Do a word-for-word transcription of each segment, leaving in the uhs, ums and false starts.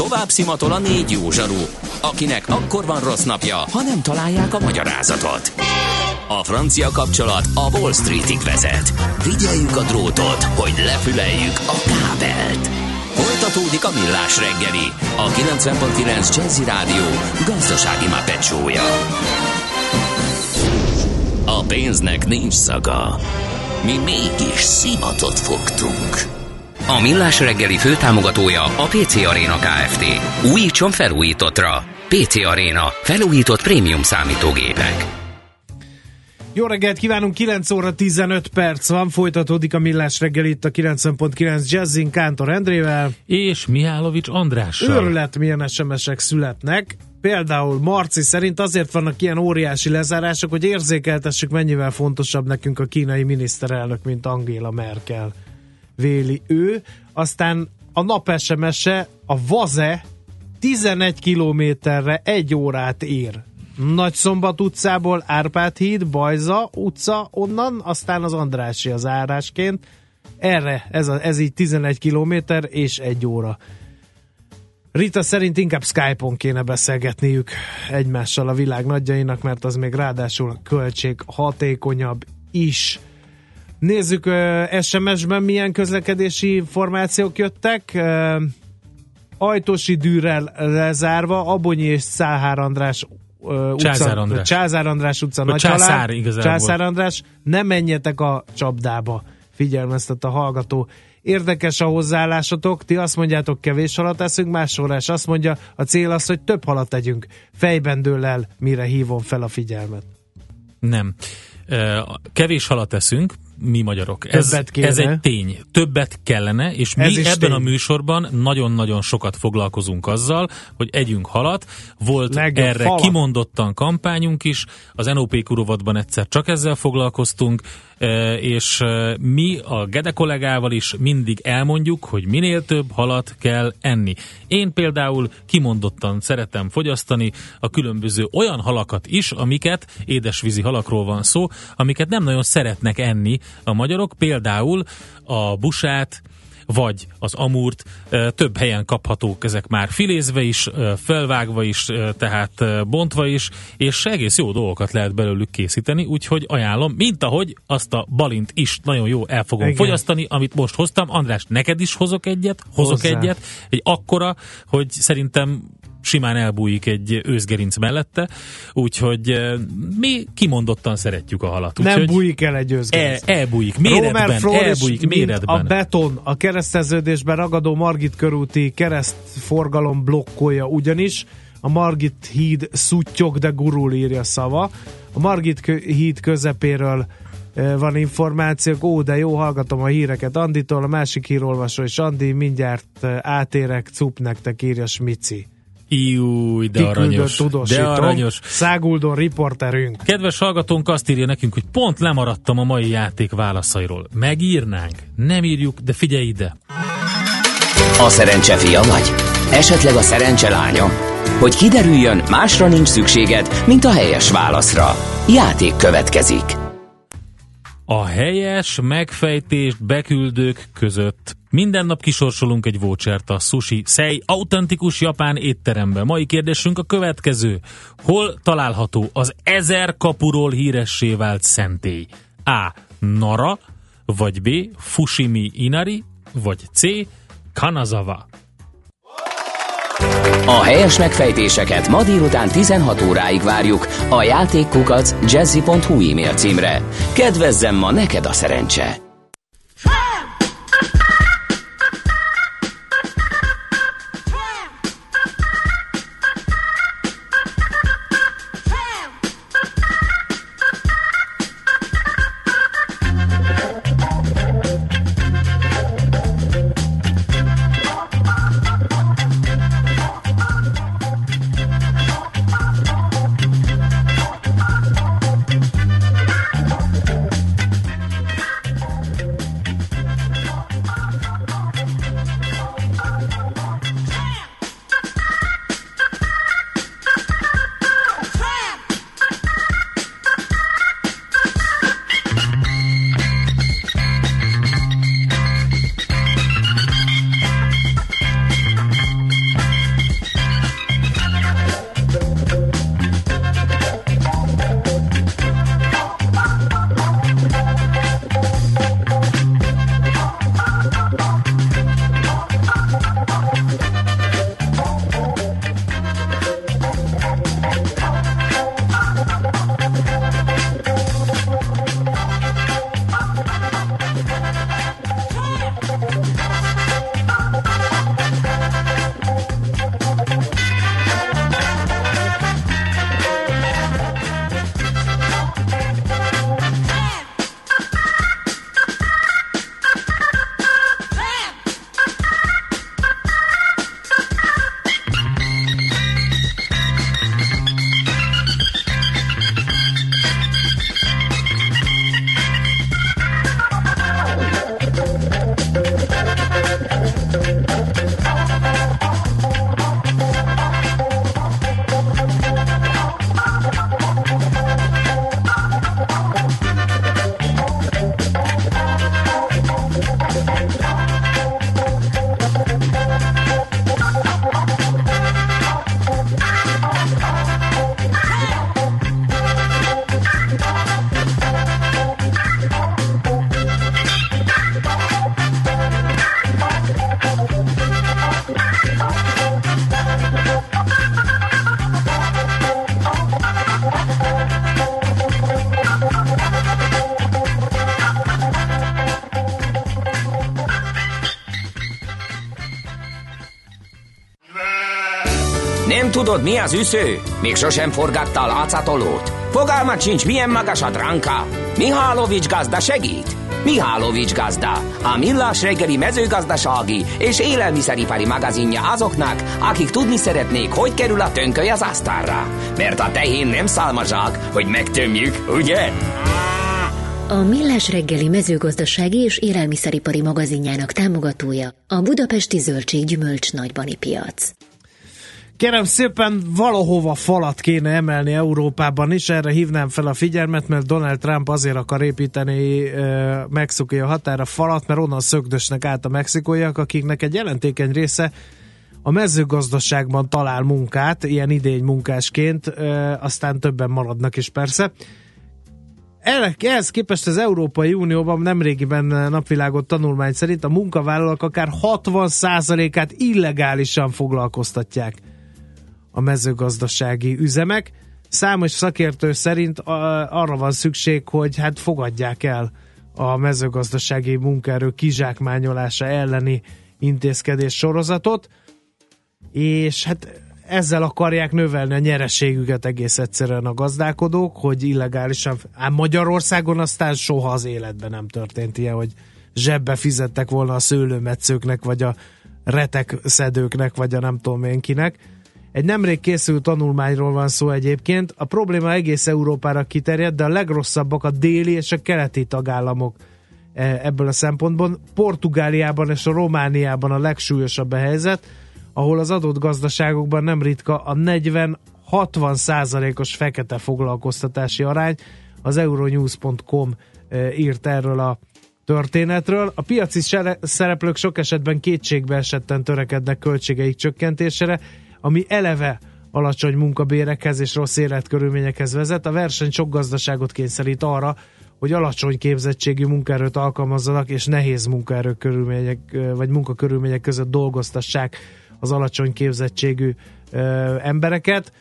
Tovább szimatol a négy jó zsaru, akinek akkor van rossz napja, ha nem találják a magyarázatot. A francia kapcsolat a Wall Streetig vezet. Figyeljük a drótot, hogy lefüleljük a kábelt. Folytatódik a Millás reggeli, a kilencven pont kilenc Jazzy Rádió gazdasági mápecsója. A pénznek nincs szaga. Mi mégis szimatot fogtunk. A Millás reggeli főtámogatója a pé cé Arena Kft. Újítson felújítottra. pé cé Arena. Felújított prémium számítógépek. Jó reggelt kívánunk, kilenc óra tizenöt perc van, folytatódik a Millás reggel itt a kilencven pont kilenc Jazzin Kántor Endrével. És Mihálovics Andrással. Őrület milyen es em es-ek születnek. Például Marci szerint azért vannak ilyen óriási lezárások, hogy érzékeltessük, mennyivel fontosabb nekünk a kínai miniszterelnök, mint Angela Merkel, véli ő. Aztán a nap es em es-e, a Vaze tizenegy kilométerre egy órát ér. Nagyszombat utcából Árpád híd, Bajza utca onnan, aztán az Andrássy az árásként. Erre, ez, a, ez így tizenegy kilométer és egy óra. Rita szerint inkább Skype-on kéne beszélgetniük egymással a világ nagyjainak, mert az még ráadásul költség hatékonyabb is. Nézzük es em es-ben milyen közlekedési információk jöttek. Ajtósi Dűrrel lezárva, Abonyi és Száhár András utca, Csázár András, Csázár András utca, Nagy Császár, Császár András, ne menjetek a csapdába, figyelmeztet a hallgató. Érdekes a hozzáállásotok, ti azt mondjátok, kevés halat eszünk, más forrás azt mondja, a cél az, hogy több halat tegyünk. Fejben dől el, mire hívom fel a figyelmet. Nem. Kevés halat eszünk, mi magyarok. Ez, ez egy tény. Többet kellene, és mi ebben tény. A műsorban nagyon-nagyon sokat foglalkozunk azzal, hogy együnk halat. Volt Legjobb erre halat. Kimondottan kampányunk is, az en o pé kurovatban egyszer csak ezzel foglalkoztunk, és mi a Gede kollégával is mindig elmondjuk, hogy minél több halat kell enni. Én például kimondottan szeretem fogyasztani a különböző olyan halakat is, amiket, édesvízi halakról van szó, amiket nem nagyon szeretnek enni a magyarok, például a busát, vagy az amúrt, több helyen kaphatók ezek már filézve is, felvágva is, tehát bontva is, és egész jó dolgokat lehet belőlük készíteni, úgyhogy ajánlom, mint ahogy azt a balint is nagyon jó el fogom Igen. fogyasztani, amit most hoztam. András, neked is hozok egyet, hozok Hozzá. egyet, egy akkora, hogy szerintem simán elbújik egy őszgerinc mellette, úgyhogy mi kimondottan szeretjük a halat. Nem úgyhogy bújik el egy őszgerinc. El, elbújik méretben, elbújik méretben. A beton, a kereszteződésben ragadó Margit körúti keresztforgalom blokkolja ugyanis. A Margit híd szuttyog, de gurul, írja Szava. A Margit híd közepéről van információk, ó, de jó, hallgatom a híreket Anditól, a másik hírolvasó és Andi, mindjárt átérek, cup nektek, írja Smici. Júj, de aranyos, de aranyos. Száguldó riporterünk. Kedves hallgatónk azt írja nekünk, hogy pont lemaradtam a mai játék válaszairól. Megírnánk? Nem írjuk, de figyelj ide. A szerencse fia vagy? Esetleg a szerencse lánya? Hogy kiderüljön, másra nincs szükséged, mint a helyes válaszra. Játék következik. A helyes megfejtést beküldők között minden nap kisorsolunk egy vouchert a Sushi Sei autentikus japán étterembe. Mai kérdésünk a következő. Hol található az ezer kapuról híressé vált szentély? A. Nara, vagy B. Fushimi Inari, vagy C. Kanazawa. A helyes megfejtéseket ma délután tizenhat óráig várjuk a játékkukac jazzy pont hu e-mail címre. Kedvezzem ma neked a szerencse! Nem tudod, mi az üsző? Még sosem forgattál átszatolót? Fogalmat sincs, milyen magas a dránka? Mihálovics gazda segít? Mihálovics gazda, a millás reggeli mezőgazdasági és élelmiszeripari magazinja azoknak, akik tudni szeretnék, hogy kerül a tönköly az asztalra. Mert a tehén nem szálmazsák, hogy megtömjük, ugye? A Millás reggeli mezőgazdasági és élelmiszeripari magazinjának támogatója a Budapesti Zöldség Gyümölcs Nagybani Piac. Kérem szépen, valahova falat kéne emelni Európában is, erre hívnám fel a figyelmet, mert Donald Trump azért akar építeni e, mexikói határa falat, mert onnan szögdösnek át a mexikóiak, akiknek egy jelentékeny része a mezőgazdaságban talál munkát, ilyen idény munkásként, e, aztán többen maradnak is persze. Ehhez képest az Európai Unióban nemrégiben napvilágot tanulmány szerint a munkavállalók akár hatvan százalékát illegálisan foglalkoztatják a mezőgazdasági üzemek. Számos szakértő szerint arra van szükség, hogy hát fogadják el a mezőgazdasági munkaerő kizsákmányolása elleni intézkedés sorozatot, és hát ezzel akarják növelni a nyereségüket egész egyszerűen a gazdálkodók, hogy illegálisan, ám Magyarországon aztán soha az életben nem történt ilyen, hogy zsebbe fizettek volna a szőlőmetszőknek, vagy a retekszedőknek, vagy a nem tudom én kinek. Egy nemrég készült tanulmányról van szó egyébként. A probléma egész Európára kiterjed, de a legrosszabbak a déli és a keleti tagállamok ebből a szempontból. Portugáliában és a Romániában a legsúlyosabb a helyzet, ahol az adott gazdaságokban nem ritka a negyven-hatvan százalékos fekete foglalkoztatási arány. Az euronews pont com írt erről a történetről. A piaci szereplők sok esetben kétségbe esetten törekednek költségeik csökkentésére, ami eleve alacsony munkabérekhez és rossz életkörülményekhez vezet. A verseny sok gazdaságot kényszerít arra, hogy alacsony képzettségű munkaerőt alkalmazzanak, és nehéz munkaerő körülmények, vagy munkakörülmények között dolgoztassák az alacsony képzettségű ö, embereket.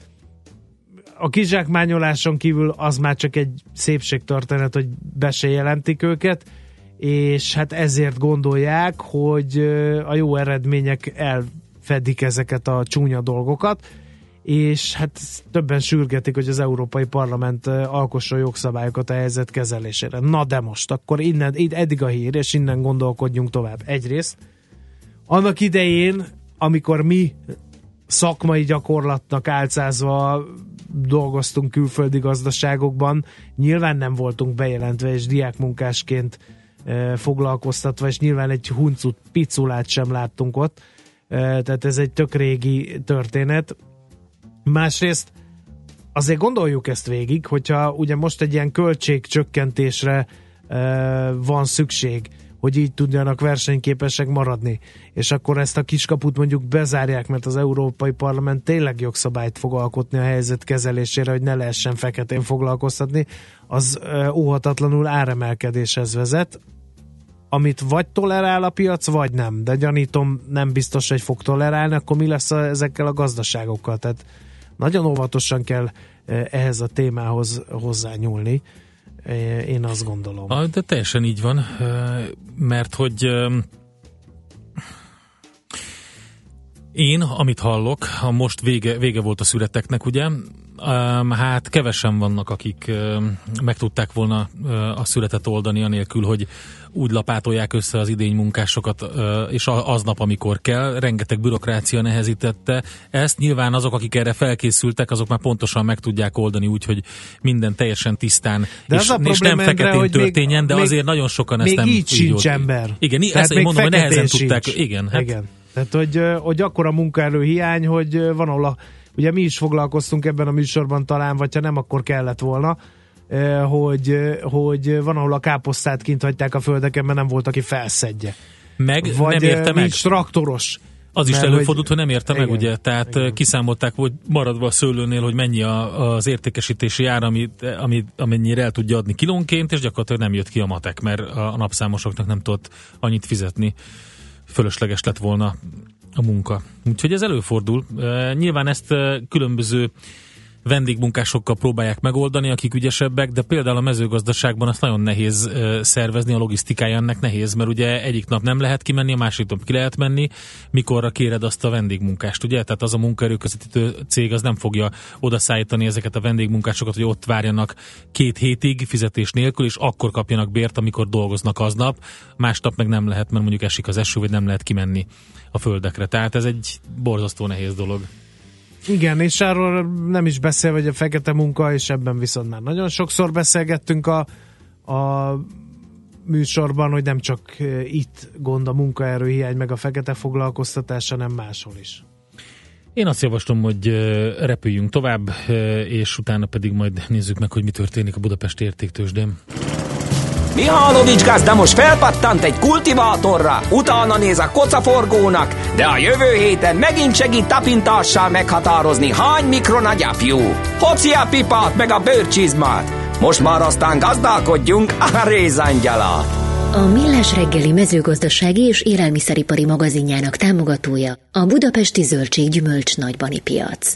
A kizsákmányoláson kívül az már csak egy szépségtörténet, hogy be se jelentik őket, és hát ezért gondolják, hogy a jó eredmények elfedik ezeket a csúnya dolgokat, és hát többen sürgetik, hogy az Európai Parlament alkosson jogszabályokat a helyzet kezelésére. Na de most, akkor innen, eddig a hír, és innen gondolkodjunk tovább. Egyrészt, annak idején, amikor mi szakmai gyakorlatnak álcázva dolgoztunk külföldi gazdaságokban, nyilván nem voltunk bejelentve, és diákmunkásként e, foglalkoztatva, és nyilván egy huncut, piculát sem láttunk ott, e, tehát ez egy tök régi történet. Másrészt azért gondoljuk ezt végig, hogyha ugye most egy ilyen költségcsökkentésre e, van szükség, hogy így tudjanak versenyképesek maradni, és akkor ezt a kiskaput mondjuk bezárják, mert az Európai Parlament tényleg jogszabályt fog alkotni a helyzet kezelésére, hogy ne lehessen feketén foglalkoztatni, az e, óhatatlanul áremelkedéshez vezet, amit vagy tolerál a piac, vagy nem, de gyanítom, nem biztos, hogy fog tolerálni, akkor mi lesz a, ezekkel a gazdaságokkal, tehát nagyon óvatosan kell ehhez a témához hozzányúlni, én azt gondolom. De teljesen így van, mert hogy én, amit hallok, a most vége, vége volt a szüreteknek, ugye, hát kevesen vannak, akik meg tudták volna a szüretet oldani anélkül, hogy úgy lapátolják össze az idény munkásokat, és aznap, amikor kell, rengeteg bürokrácia nehezítette ezt. Nyilván azok, akik erre felkészültek, azok már pontosan meg tudják oldani úgy, hogy minden teljesen tisztán, de és, és nem feketén Endre, történjen, de még, azért nagyon sokan ezt nem így sincs ember. Igen, ezt én mondom, hogy nehezen sincs. Tudták. Igen, hát. Igen. Tehát, hogy, hogy akkora munkaerő hiány, hogy van ahol a, ugye mi is foglalkoztunk ebben a műsorban talán, vagy ha nem, akkor kellett volna, hogy, hogy van, ahol a káposztát kint hagyták a földeken, mert nem volt, aki felszedje. Meg vagy nem érte meg. traktoros. Az is előfordult, hogy nem érte igen, meg, ugye, tehát igen. Kiszámolták, hogy maradva a szőlőnél, hogy mennyi a, az értékesítési ár, amit, amit, amennyire el tudja adni kilónként, és gyakorlatilag nem jött ki a matek, mert a napszámosoknak nem tudott annyit fizetni. Fölösleges lett volna a munka. Úgyhogy ez előfordul. Nyilván ezt különböző vendégmunkásokkal próbálják megoldani, akik ügyesebbek, de például a mezőgazdaságban azt nagyon nehéz szervezni, a logisztikája ennek nehéz, mert ugye egyik nap nem lehet kimenni, a másik nap ki lehet menni, mikorra kéred azt a vendégmunkást, ugye? Tehát az a munkaerőközvetítő cég az nem fogja odaszállítani ezeket a vendégmunkásokat, hogy ott várjanak két hétig fizetés nélkül, és akkor kapjanak bért, amikor dolgoznak aznap, másnap meg nem lehet, mert mondjuk esik az eső, vagy nem lehet kimenni a földekre. Tehát ez egy borzasztó nehéz dolog. Igen, és arról nem is beszél, hogy a fekete munka, és ebben viszont már nagyon sokszor beszélgettünk a, a műsorban, hogy nem csak itt gond a munkaerőhiány, meg a fekete foglalkoztatás, hanem máshol is. Én azt javaslom, hogy repüljünk tovább, és utána pedig majd nézzük meg, hogy mi történik a Budapesti Értéktőzsdén. Mihálovics gazda most felpattant egy kultivátorra, utána néz a kocaforgónak, de a jövő héten megint segít tapintással meghatározni, hány mikron a gyapjú. Hoci a pipát meg a bőrcsizmát. Most már aztán gazdálkodjunk a rézangyalat. A Millás reggeli mezőgazdasági és élelmiszeripari magazinjának támogatója a Budapesti Zöldség Gyümölcs Nagybani Piac.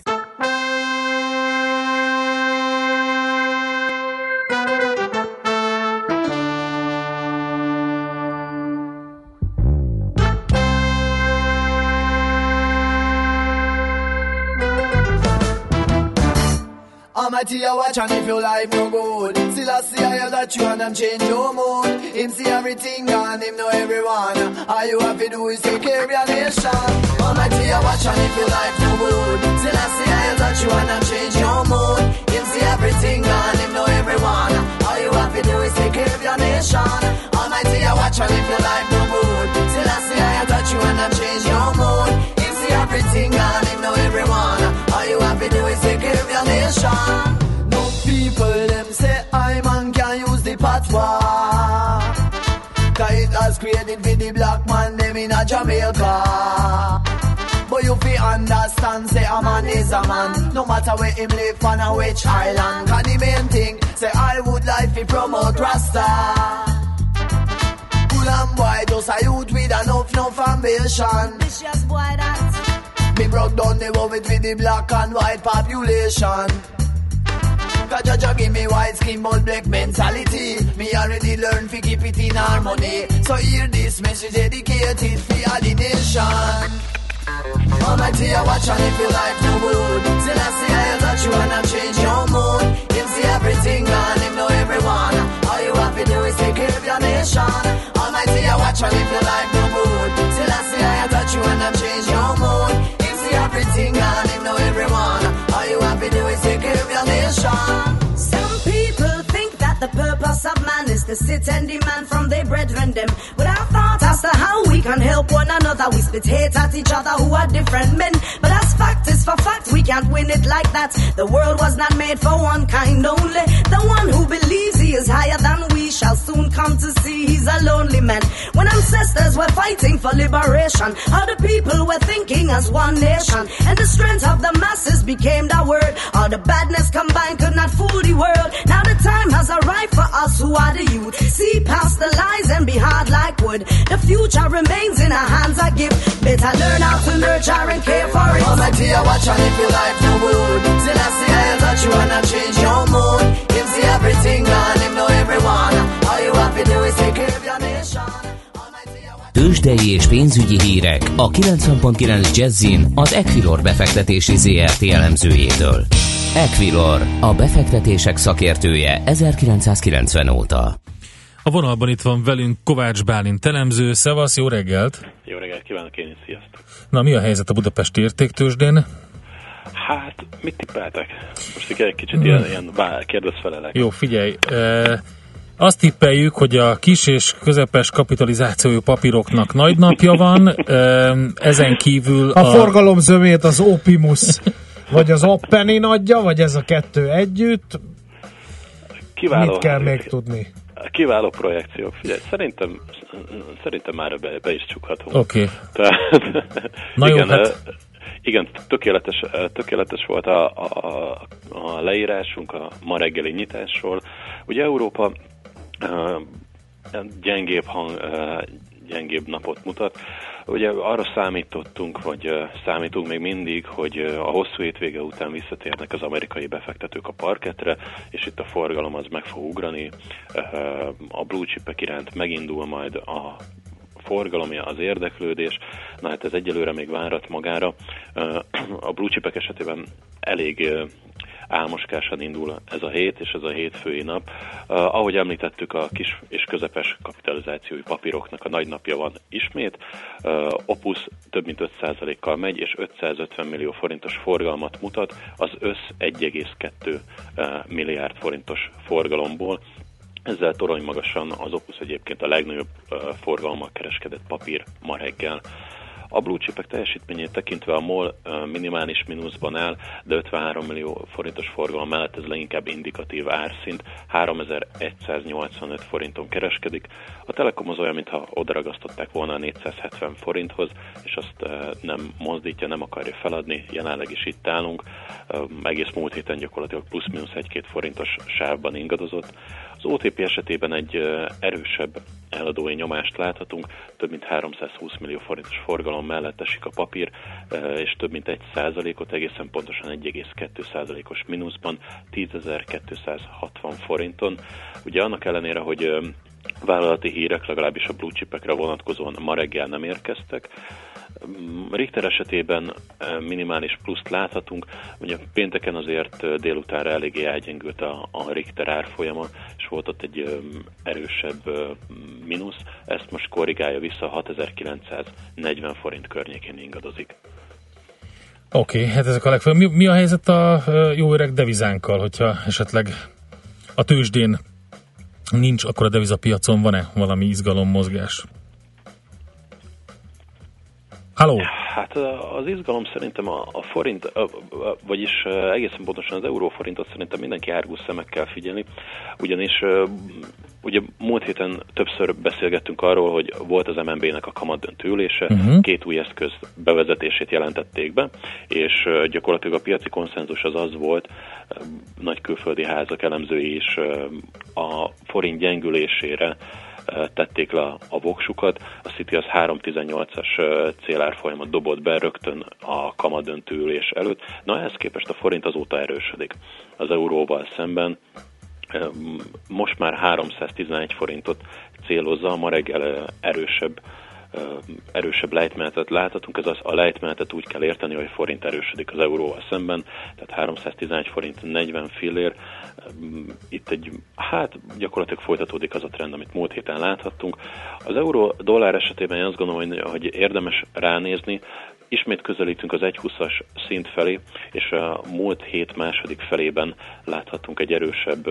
Almighty, you watch and if your life no good, still I see I that you and them change your mood. Him see everything and him know everyone. All you have to do is take care of your nation. Almighty, you watch and if your life no good, still I see I that you and them change your mood. Him see everything and him know everyone. All you have to do is take care of your nation. Almighty, you watch and if your life no good, still I see I that you and them change your mood. Him see everything and him know everyone. All you have to do is take care of your nation. No people them say I man can use the patois, cause it has created for the black man them in a Jamaica. But you fi understand say a man is a man, no matter where him live on a which island. Cause the main thing say I would like to promote Rasta. Pull and boy just a youth with enough enough ambition. Vicious boy that me broke down the world with the black and white population. Cause Jaja give me white skin but black mentality. Me already learned to keep it in harmony. So hear this message dedicated for all the nation. Almighty, you watch and if your life no good, still I see I that you wanna change your mood. Him see everything and him know everyone. All you have to do is take care of your nation. Almighty, you watch and if your life no good, still I see I that you wanna change your mood. Him see everything and him know everyone. All you have to do is take care of your nation. some people think that the purpose of man is to sit and demand from their brethren them without thought as to how we can help one another. We spit hate at each other who are different men, but as fact is for fact, we can't win it like that. The world was not made for one kind only. The one who believes he is higher than we shall soon come to see he's a lonely man. When ancestors were fighting for liberation, other people were thinking as one nation, and the strength of the masses became the word. All the badness combined could not fool the world. Now the time has arrived for us who are the youth. See past the lies and be hard like wood. The future remains in our hands a gift. Better learn how to nurture and care for it. Almighty, you watch and if your life no good, still I see I that you wanna change your mood. Him see everything and him know everyone. All you have to do is take care of your nation. Tőzsdei és pénzügyi hírek a kilencven pont kilenc Jazzin az Equilor befektetési zé er té elemzőjétől. Equilor, a befektetések szakértője ezerkilencszázkilencven óta. A vonalban itt van velünk Kovács Bálint elemző. Szevasz, jó reggelt! Jó reggelt kívánok én is, sziasztok! Na, mi a helyzet a Budapesti Értéktőzsdén? Hát, mit tippeltek? Most egy kicsit hmm. ilyen, ilyen kérdezfelelek. Jó, figyelj! E- Azt tippeljük, hogy a kis és közepes kapitalizációjú papíroknak nagy napja van, ezen kívül a... A forgalom zömét az Opimus, vagy az Appenin adja, vagy ez a kettő együtt. Kiváló, mit kell még tudni? Kiváló projekciók. Figyelj, szerintem, szerintem már be, be is csukhatunk. Oké. Okay. Na igen, jó, hát... Igen, tökéletes, tökéletes volt a, a, a leírásunk a ma reggeli nyitásról. Ugye Európa uh, gyengébb, hang, uh, gyengébb napot mutat. Ugye arra számítottunk, vagy számítunk még mindig, hogy a hosszú hétvége után visszatérnek az amerikai befektetők a parkettre, és itt a forgalom az meg fog ugrani. A blue chipek iránt megindul majd a forgalomja, az érdeklődés. Na hát ez egyelőre még várat magára. A blue chipek esetében elég álmoskásan indul ez a hét, és ez a hétfői nap. Uh, ahogy említettük, a kis és közepes kapitalizációi papíroknak a nagy napja van ismét. Uh, Opus több mint öt százalékkal megy, és ötszázötven millió forintos forgalmat mutat, az össz egy egész kettő milliárd forintos forgalomból. Ezzel torony magasan az Opus egyébként a legnagyobb uh, forgalommal kereskedett papír ma reggel. A blue chipek teljesítményét tekintve a MOL minimális mínuszban áll, de ötvenhárom millió forintos forgalom mellett ez leginkább indikatív árszint, háromezer-egyszáznyolcvanöt forinton kereskedik. A Telekom az olyan, mintha odaragasztották volna a négyszázhetven forinthoz, és azt nem mozdítja, nem akarja feladni, jelenleg is itt állunk. Egész múlt héten gyakorlatilag plusz-minusz egy-két forintos sávban ingadozott. Az o té pé esetében egy erősebb eladói nyomást láthatunk, több mint háromszázhúsz millió forintos forgalom mellett esik a papír, és több mint egy százalékot, egészen pontosan egy egész kettő százalékos mínuszban, tízezer-kétszázhatvan forinton. Ugye annak ellenére, hogy vállalati hírek legalábbis a blue chipekre vonatkozóan ma reggel nem érkeztek, Richter esetében minimális pluszt láthatunk, ugye pénteken azért délutánra eléggé elgyengült a, a Richter árfolyama, és volt ott egy erősebb mínusz, ezt most korrigálja vissza, hatezer-kilencszáznegyven forint környékén ingadozik. Oké, okay, hát ezek a legfőbb. Mi, mi a helyzet a jó öreg devizánkkal, hogyha esetleg a tőzsdén nincs, akkor a devizapiacon van-e valami izgalommozgás? Halló! Hát az izgalom szerintem a, a forint, vagyis egészen pontosan az euróforintot szerintem mindenki árgus szemekkel figyelni, ugyanis ugye múlt héten többször beszélgettünk arról, hogy volt az em en bé-nek a kamatdöntő ülése, uh-huh. két új eszköz bevezetését jelentették be, és gyakorlatilag a piaci konszenzus az az volt, nagy külföldi házak elemzői is a forint gyengülésére tették le a voksukat. A Citi az három tizennyolcas célárfolyamat dobott be rögtön a kamatdöntő ülés előtt. Na, ehhez képest a forint azóta erősödik az euróval szemben. Most már háromszáztizenegy forintot célozza, ma reggel erősebb erősebb lejtmenetet láthatunk, ez az, a lejtmenetet úgy kell érteni, hogy forint erősödik az euróval szemben, tehát háromszáztizenegy forint negyven fillér. Itt egy, hát gyakorlatilag folytatódik az a trend, amit múlt héten láthattunk. Az euró-dollár esetében én azt gondolom, hogy, hogy érdemes ránézni, ismét közelítünk az egy húszas szint felé, és a múlt hét második felében láthattunk egy erősebb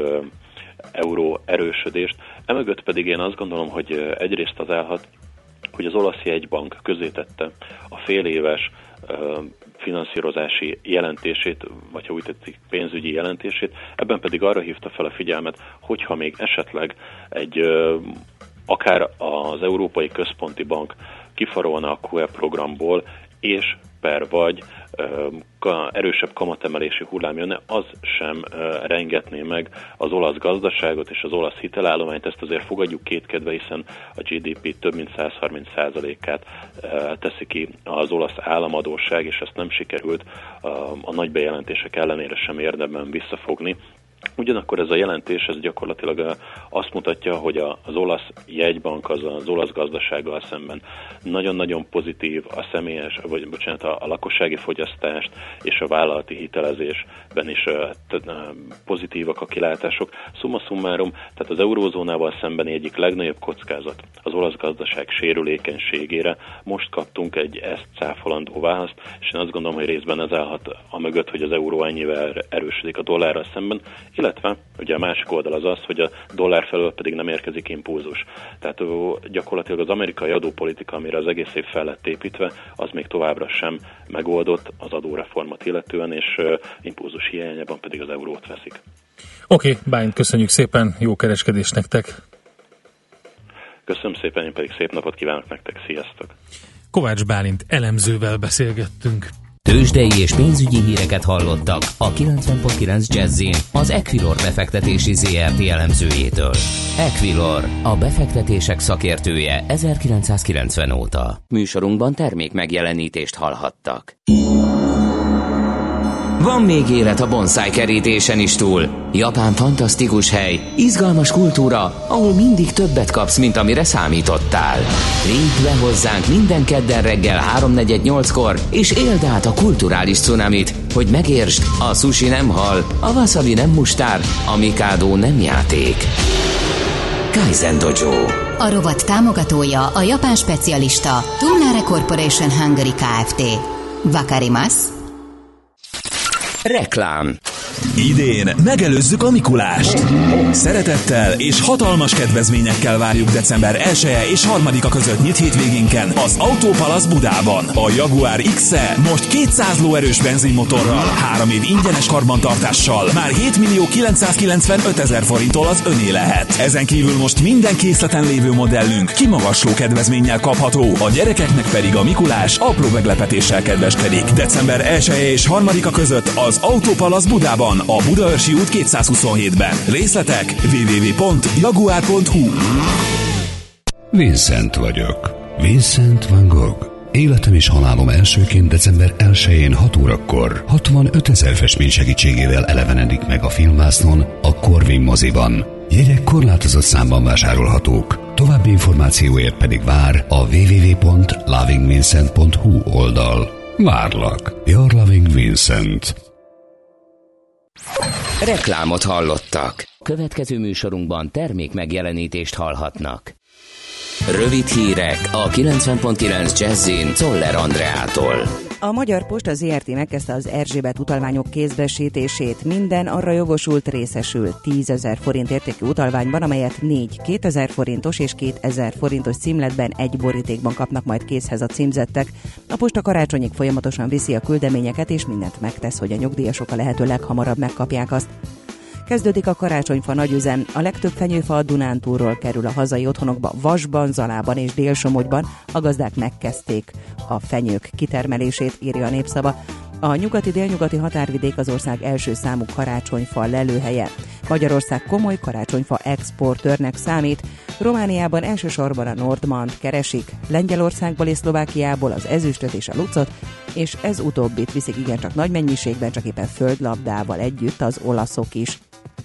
euró erősödést. Emögött pedig én azt gondolom, hogy egyrészt az állhat, hogy az olasz jegybank közzétette a fél éves uh, finanszírozási jelentését, vagy ha úgy tetszik, pénzügyi jelentését, ebben pedig arra hívta fel a figyelmet, hogyha még esetleg egy uh, akár az Európai Központi Bank kifarolna a kú é programból, és per vagy uh, erősebb kamatemelési hullám jönne, az sem uh, rengetné meg az olasz gazdaságot és az olasz hitelállományt. Ezt azért fogadjuk kétkedve, hiszen a gé dé pé több mint száz harminc százalékát uh, teszi ki az olasz államadósság, és ezt nem sikerült uh, a nagy bejelentések ellenére sem érdemben visszafogni. Ugyanakkor ez a jelentés ez gyakorlatilag azt mutatja, hogy az olasz jegybank az az olasz gazdasággal szemben nagyon-nagyon pozitív, a személyes, vagy bocsánat, a, a lakossági fogyasztást és a vállalati hitelezésben is pozitívak a kilátások. Summa summarum, tehát az eurózónával szembeni egyik legnagyobb kockázat az olasz gazdaság sérülékenységére. Most kaptunk egy ezt cáfolandó választ, és én azt gondolom, hogy részben ez állhat a mögött, hogy az euró ennyivel erősödik a dollárral szemben, illetve ugye a másik oldal az az, hogy a dollár felől pedig nem érkezik impulzus. Tehát gyakorlatilag az amerikai adópolitika, amire az egész év fel lett építve, az még továbbra sem megoldott az adóreformot illetően, és impulzus hiányában pedig az eurót veszik. Oké, okay, Bálint, köszönjük szépen, jó kereskedést nektek! Köszönöm szépen, én pedig szép napot kívánok nektek, sziasztok! Kovács Bálint elemzővel beszélgettünk. Tőzsdei és pénzügyi híreket hallottak a kilencven pont kilenc Jazzin az Equilor befektetési zé er té elemzőjétől. Equilor, a befektetések szakértője ezerkilencszázkilencven óta. Műsorunkban termék megjelenítést hallhattak. Van még élet a bonsai kerítésen is túl. Japán fantasztikus hely, izgalmas kultúra, ahol mindig többet kapsz, mint amire számítottál. Lépj be hozzánk minden kedden reggel háromnegyed nyolckor, és éld át a kulturális cunamit, hogy megértsd, a sushi nem hal, a wasabi nem mustár, a mikádó nem játék. Kaizen Dojo. A rovat támogatója a japán specialista Tumnare Corporation Hungary Kft. Wakarimasu. Reklám. Idén megelőzzük a Mikulást. Szeretettel és hatalmas kedvezményekkel várjuk december elseje és harmadika között nyit hétvégénken az Autópalasz Budában. A Jaguar iksz-e most kétszáz lóerős benzinmotorral, három év ingyenes karbantartással már hétmillió kilencszázkilencvenötezer forinttól az öné lehet. Ezen kívül most minden készleten lévő modellünk kimagasló kedvezménnyel kapható, a gyerekeknek pedig a Mikulás apró meglepetéssel kedveskedik. december elseje és harmadika között az Autópalasz Budában, a Budaörsi út kétszázhuszonhétben. Részletek double-u double-u double-u pont jaguar pont hu. Vincent vagyok. Vincent van Gogh. Életem és halálom elsőként december elsején hat órakor hatvanötezer festmény segítségével elevenedik meg a filmvásznon a Corvin moziban. Jegyek korlátozott számban vásárolhatók. További információért pedig vár a double-u double-u double-u pont loving vincent pont hu oldal. Várlak. Your Loving Vincent. Reklámot hallottak. Következő műsorunkban termék megjelenítést hallhatnak. Rövid hírek a kilencven pont kilenc Jazzin Czoller Andreától. A Magyar Posta zé er té megkezdte az Erzsébet utalványok kézbesítését. Minden arra jogosult részesül tízezer forint értékű utalványban, amelyet négy kétezer forintos és kétezer forintos címletben egy borítékban kapnak majd kézhez a címzettek. A posta karácsonyig folyamatosan viszi a küldeményeket, és mindent megtesz, hogy a nyugdíjasok a lehető leghamarabb megkapják azt. Kezdődik a karácsonyfa nagyüzem. A legtöbb fenyőfa a Dunántúlról kerül a hazai otthonokba. Vasban, Zalában és Dél-Somogyban a gazdák megkezdték a fenyők kitermelését, írja a Népszava. A nyugati-délnyugati határvidék az ország első számú karácsonyfa lelőhelye. Magyarország komoly karácsonyfa exportőrnek számít. Romániában elsősorban a Nordmant keresik, Lengyelországból és Szlovákiából az ezüstöt és a lucot, és ez utóbbit viszik igencsak nagy mennyiségben, csak éppen földlabdával együtt az olaszok is.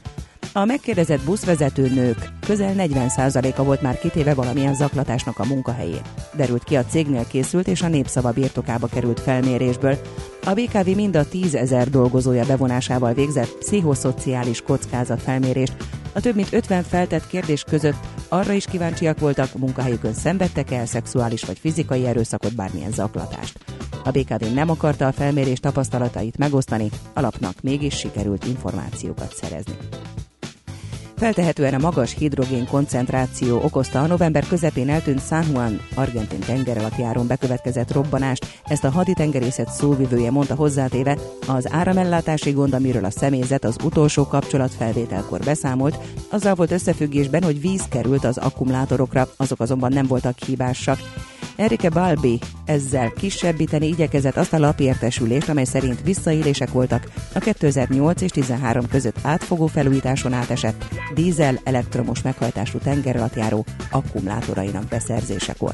A megkérdezett buszvezető nők közel negyven százaléka volt már kitéve valamilyen zaklatásnak a munkahelyén. Derült ki a cégnél készült és a Népszava birtokába került felmérésből. A bé ká vé mind a tízezer dolgozója bevonásával végzett pszichoszociális kockázatfelmérést. A több mint ötven feltett kérdés között arra is kíváncsiak voltak, munkahelyükön szenvedtek el szexuális vagy fizikai erőszakot, bármilyen zaklatást. A bé ká vé nem akarta a felmérés tapasztalatait megosztani, a lapnak mégis sikerült információkat szerezni. Feltehetően a magas hidrogén koncentráció okozta a november közepén eltűnt San Juan argentin tengeralattjáron bekövetkezett robbanást. Ezt a haditengerészet szóvivője mondta hozzátéve, az áramellátási gond, amiről a személyzet az utolsó kapcsolatfelvételkor beszámolt, azzal volt összefüggésben, hogy víz került az akkumulátorokra, azok azonban nem voltak hibásak. Enrique Balbi ezzel kisebbíteni igyekezett azt a lapértesülést, amely szerint visszaélések voltak a kétezer-nyolc és tizenhárom között átfogó felújításon átesett dízel elektromos meghajtású tengeralattjáró akkumulátorainak beszerzésekor.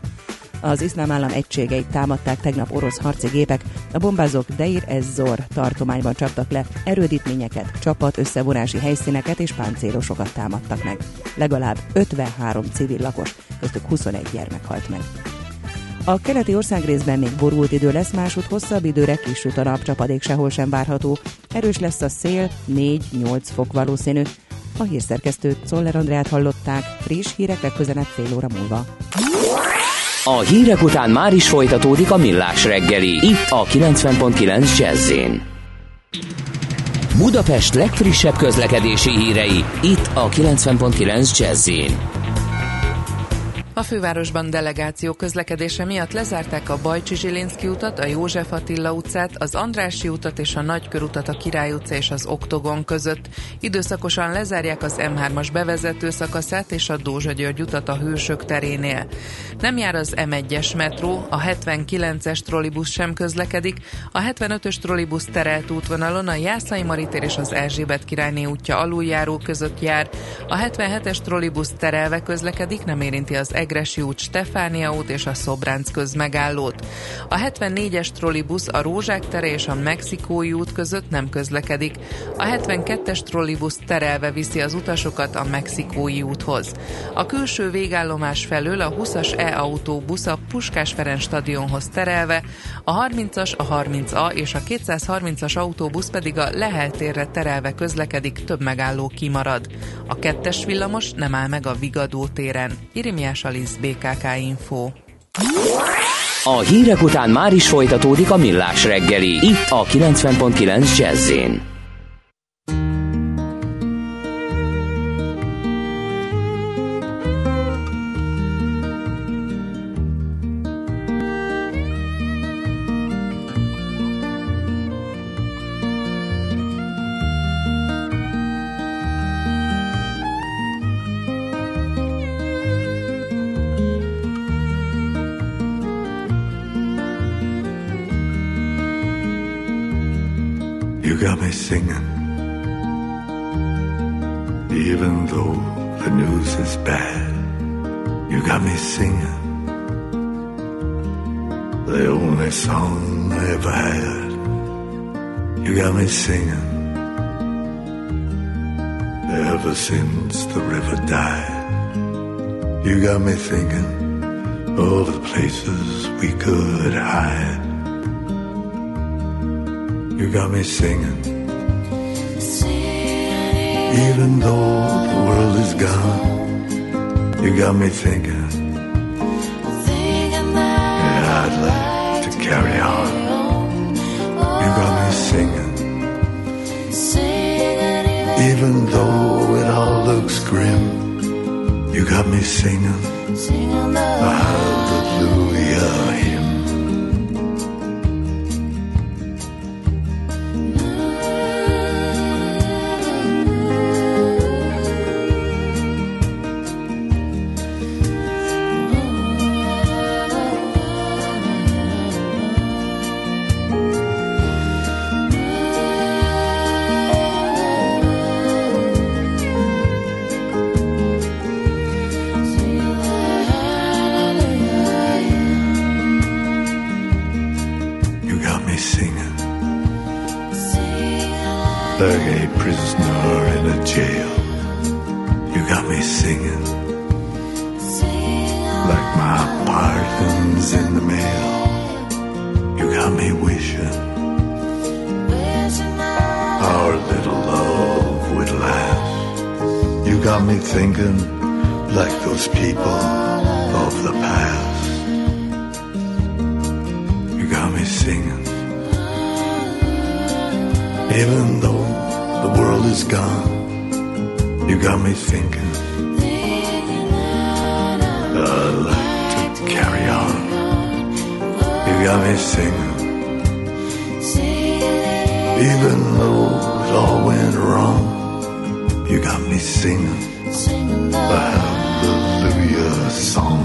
Az iszlám állam egységeit támadták tegnap orosz harci gépek, a bombázók Deir ez-Zor tartományban csaptak le, erődítményeket, csapat összevonási helyszíneket és páncélosokat támadtak meg. Legalább ötvenhárom civil lakos, köztük huszonegy gyermek halt meg. A keleti országrészben még borult idő lesz, másút hosszabb időre kisüt a nap, csapadék sehol sem várható. Erős lesz a szél, négy-nyolc fok valószínű. A hírszerkesztőt, Czoller Andreát hallották, friss hírek legközelebb fél óra múlva. A hírek után már is folytatódik a Millás reggeli, itt a kilencven pont kilenc Jazz-in. Budapest legfrissebb közlekedési hírei, itt a kilencven pont kilenc Jazz-in. A fővárosban delegáció közlekedése miatt lezárták a Bajcsi Zsilinszky utat, a József Attila utcát, az Andrássy utat és a Nagykörutat a Király utca és az Oktogon között. Időszakosan lezárják az em hármas bevezető szakaszát és a Dózsa György utat a Hősök terénél. Nem jár az em egyes metró, a hetvenkilences trollibusz sem közlekedik, a hetvenötös trollibusz terelt útvonalon a Jászai Mari tér és az Erzsébet királyné útja aluljáró között jár, a hetvenhetes trollibusz terelve közlekedik, nem érinti az Egressy út, Stefánia út és a Szobránc közmegállót. A hetvennégyes trollibusz a Rózsák tere és a Mexikói út között nem közlekedik. A hetvenkettes trollibusz terelve viszi az utasokat a Mexikói úthoz. A külső végállomás felől a huszas E-autóbusz a Puskás Ferenc stadionhoz terelve, a harmincas, a harminc A és a kétszázharmincas autóbusz pedig a Lehel térre terelve közlekedik, több megálló kimarad. A kettes villamos nem áll meg a Vigadó téren. Irimiás Alisz, bé ká ká Info. A hírek után már is folytatódik a Millás reggeli, itt a kilencven pont kilenc Jazz-én. You got me singing, even though the news is bad. You got me singing, the only song I ever had. You got me singing, ever since the river died. You got me thinking, all the places we could hide. You got me singing, even though the world is gone. You got me thinking, yeah, I'd like to carry on. You got me singing, even though it all looks grim. You got me singing a hallelujah hymn. Like a prisoner in a jail. You got me singing, like my pardon's in the mail. You got me wishing our little love would last. You got me thinking, like those people of the past. You got me singing, even though the world is gone. You got me thinking, I'd like to carry on. You got me singing, even though it all went wrong. You got me singing a hallelujah song.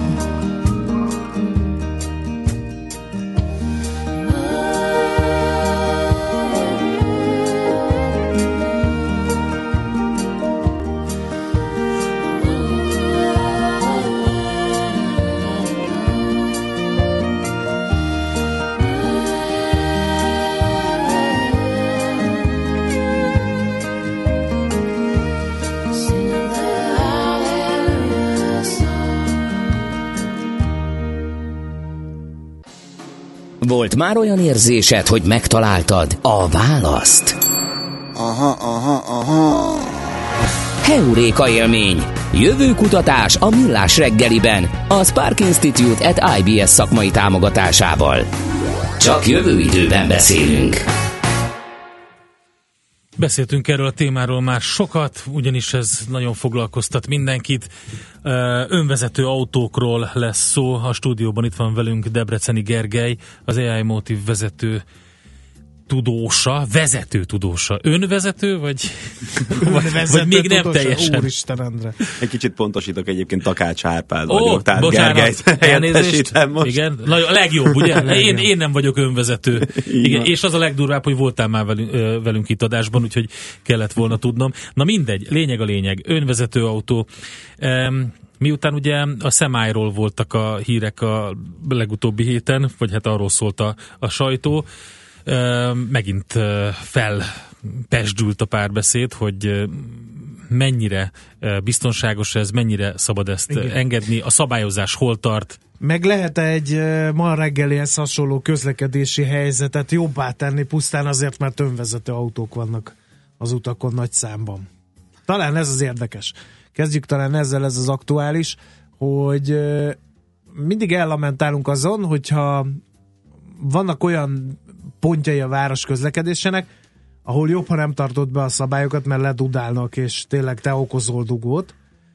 Volt már olyan érzésed, hogy megtaláltad a választ? Aha, aha, aha. Heuréka élmény. Jövőkutatás a Millás reggeliben. A Spark Institute at i bé es szakmai támogatásával. Csak jövő időben beszélünk. Beszéltünk erről a témáról már sokat, ugyanis ez nagyon foglalkoztat mindenkit. Önvezető autókról lesz szó. A stúdióban itt van velünk Debreceni Gergely, az á i Motive vezető tudósa, vezető tudósa. Önvezető, vagy, Önvezető vagy még nem tudósa? teljesen? Úristen, Endre. Egy kicsit pontosítok, egyébként Takács Árpád Ó, vagyok, tehát bocsánat, Gergelyt helyettesítem most. Igen, a legjobb, ugye? Én, én nem vagyok önvezető. Igen, és az a legdurvább, hogy voltál már velünk, velünk itt adásban, úgyhogy kellett volna tudnom. Na mindegy, lényeg a lényeg. Önvezető autó. Um, Miután ugye a Semi-ról voltak a hírek a legutóbbi héten, vagy hát arról szólt a, a sajtó, megint felpesdült a párbeszéd, hogy mennyire biztonságos ez, mennyire szabad ezt Igen. engedni, a szabályozás hol tart. Meg lehet egy ma reggelihez hasonló közlekedési helyzetet jobbá tenni pusztán azért, mert önvezető autók vannak az utakon nagy számban. Talán ez az érdekes. Kezdjük talán ezzel, ez az aktuális, hogy mindig ellamentálunk azon, hogyha vannak olyan pontjai a város közlekedésének, ahol jobb, ha nem tartod be a szabályokat, mert ledudálnak, és tényleg te okozol dugót.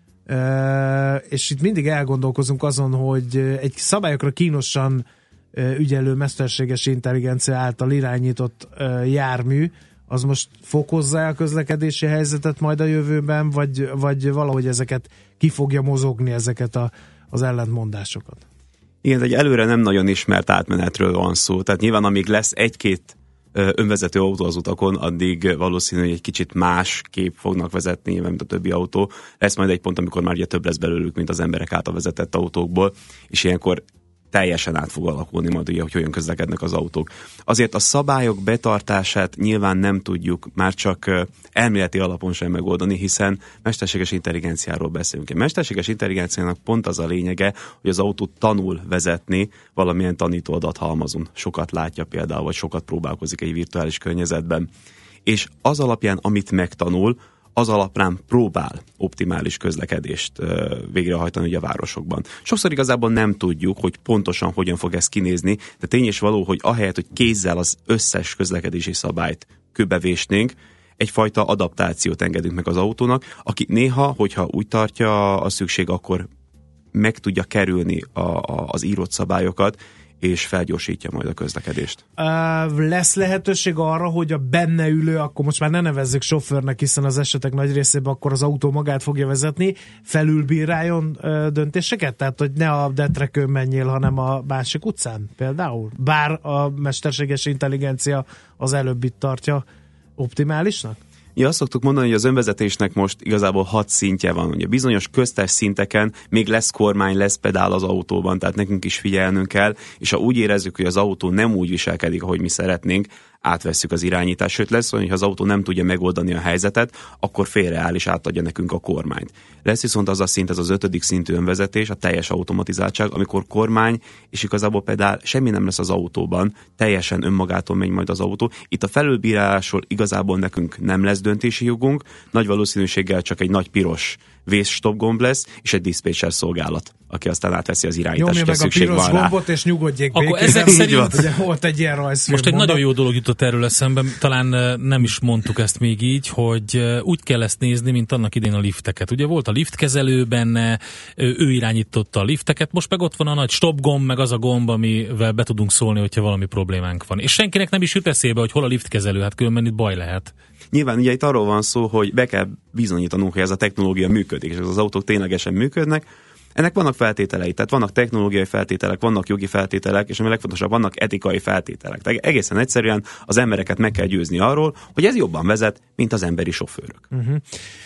E, és itt mindig elgondolkozunk azon, hogy egy szabályokra kínosan ügyelő mesterséges intelligencia által irányított jármű, az most fokozza a közlekedési helyzetet majd a jövőben, vagy, vagy valahogy ezeket ki fogja mozogni, ezeket a, az ellentmondásokat? Igen, egy előre nem nagyon ismert átmenetről van szó. Tehát nyilván amíg lesz egy-két önvezető autó az utakon, addig valószínű, hogy egy kicsit más kép fognak vezetni, mint a többi autó. Lesz majd egy pont, amikor már ugye több lesz belőlük, mint az emberek által vezetett autókból, és ilyenkor teljesen át fog alakulni majd ugye, hogy hogyan közlekednek az autók. Azért a szabályok betartását nyilván nem tudjuk már csak elméleti alapon sem megoldani, hiszen mesterséges intelligenciáról beszélünk. A mesterséges intelligenciának pont az a lényege, hogy az autó tanul vezetni valamilyen tanító adathalmazon. Sokat látja például, vagy sokat próbálkozik egy virtuális környezetben. És az alapján, amit megtanul, az alapján próbál optimális közlekedést uh, végrehajtani ugye a városokban. Sokszor igazából nem tudjuk, hogy pontosan hogyan fog ez kinézni, de tény és való, hogy ahelyett, hogy kézzel az összes közlekedési szabályt kőbevésnénk, egyfajta adaptációt engedünk meg az autónak, aki néha, hogyha úgy tartja a szükség, akkor meg tudja kerülni a, a, az írott szabályokat, és felgyorsítja majd a közlekedést. Uh, lesz lehetőség arra, hogy a benne ülő, akkor most már ne nevezzük sofőrnek, hiszen az esetek nagy részében akkor az autó magát fogja vezetni, felülbíráljon uh, döntéseket? Tehát, hogy ne a detrekön menjél, hanem a másik utcán például? Bár a mesterséges intelligencia az előbbit tartja optimálisnak? Ja, azt szoktuk mondani, hogy az önvezetésnek most igazából hat szintje van. Ugye bizonyos köztes szinteken még lesz kormány, lesz pedál az autóban, tehát nekünk is figyelnünk kell, és ha úgy érezzük, hogy az autó nem úgy viselkedik, ahogy mi szeretnénk, átvesszük az irányítást, sőt lesz, hogy ha az autó nem tudja megoldani a helyzetet, akkor félreáll és átadja nekünk a kormányt. Lesz viszont az a szint, ez az ötödik szintű önvezetés, a teljes automatizáltság, amikor kormány és igazából pedál, semmi nem lesz az autóban, teljesen önmagától megy majd az autó. Itt a felülbírálásról igazából nekünk nem lesz döntési jogunk, nagy valószínűséggel csak egy nagy piros vészstop gomb lesz, és egy diszpécser szolgálat, aki aztán átveszi az irányítást, hogy szükség van rá. Nyomja meg a piros gombot, és nyugodjék békében. Akkor ezek szerint ugye, volt egy ilyen rajzfilm. Most egy mondat. Nagyon jó dolog jutott erről eszembe, talán nem is mondtuk ezt még így, hogy úgy kell ezt nézni, mint annak idén a lifteket. Ugye volt a liftkezelő benne, ő irányította a lifteket, most meg ott van a nagy stop gomb, meg az a gomb, amivel be tudunk szólni, hogyha valami problémánk van. És senkinek nem is jut eszébe, hogy hol a liftkezelő, hát különben itt baj lehet. Nyilván ugye itt arról van szó, hogy be kell bizonyítanunk, hogy ez a technológia működik, és az autók ténylegesen működnek. Ennek vannak feltételei, tehát vannak technológiai feltételek, vannak jogi feltételek, és ami legfontosabb, vannak etikai feltételek. Tehát egészen egyszerűen az embereket meg kell győzni arról, hogy ez jobban vezet, mint az emberi sofőrök. Uh-huh.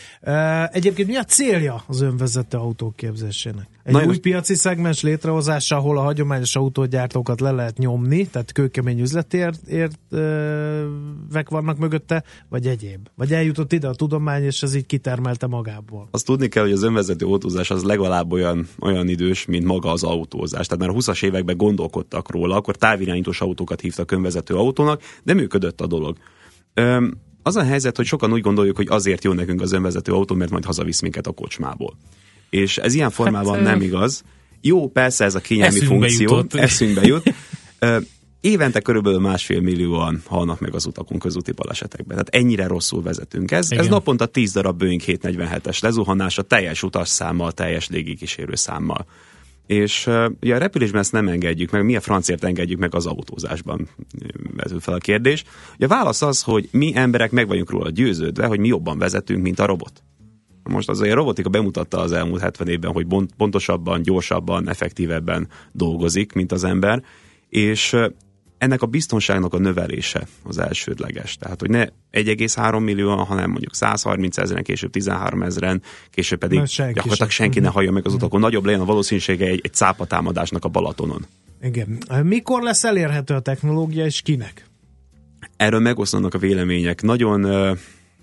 Uh, egyébként mi a célja az önvezető autók képzésének? Egy Na, új most... piaci szegmens létrehozása, ahol a hagyományos autógyártókat le lehet nyomni, tehát kőkemény üzleti ért, ért, ö, vek vannak mögötte, vagy egyéb? Vagy eljutott ide a tudomány, és ez így kitermelte magából? Azt tudni kell, hogy az önvezető autózás az legalább olyan, olyan idős, mint maga az autózás. Tehát már a huszas években gondolkodtak róla, akkor távirányítós autókat hívtak önvezető autónak, de működött a dolog. Öm, Az a helyzet, hogy sokan úgy gondoljuk, hogy azért jó nekünk az önvezető autó, mert majd hazavisz minket a kocsmából. És ez ilyen formában hát, nem igaz. Jó, persze ez a kényelmi funkció, jutott. eszünkbe jut. évente körülbelül másfél millióan halnak meg az utakon közúti balesetekben. Tehát ennyire rosszul vezetünk. Ez, ez naponta tíz darab Boeing hétszáznegyvenhetes lezuhanás a teljes utasszámmal, teljes légikísérő számmal. És uh, ugye a repülésben ezt nem engedjük meg, mi a francért engedjük meg az autózásban, vezül fel a kérdés. Ugye a válasz az, hogy mi emberek meg vagyunk róla győződve, hogy mi jobban vezetünk, mint a robot. Most azért a robotika bemutatta az elmúlt hetven évben, hogy pontosabban, gyorsabban, effektívebben dolgozik, mint az ember, és uh, ennek a biztonságnak a növelése az elsődleges. Tehát, hogy ne egy egész három millióan, hanem mondjuk százharminc ezeren, később tizenhárom ezeren, később pedig senki gyakorlatilag senki ne hallja meg az utakon. Nagyobb legyen a valószínűsége egy, egy cápatámadásnak a Balatonon. Igen. Mikor lesz elérhető a technológia, és kinek? Erről megoszlanak a vélemények. Nagyon uh,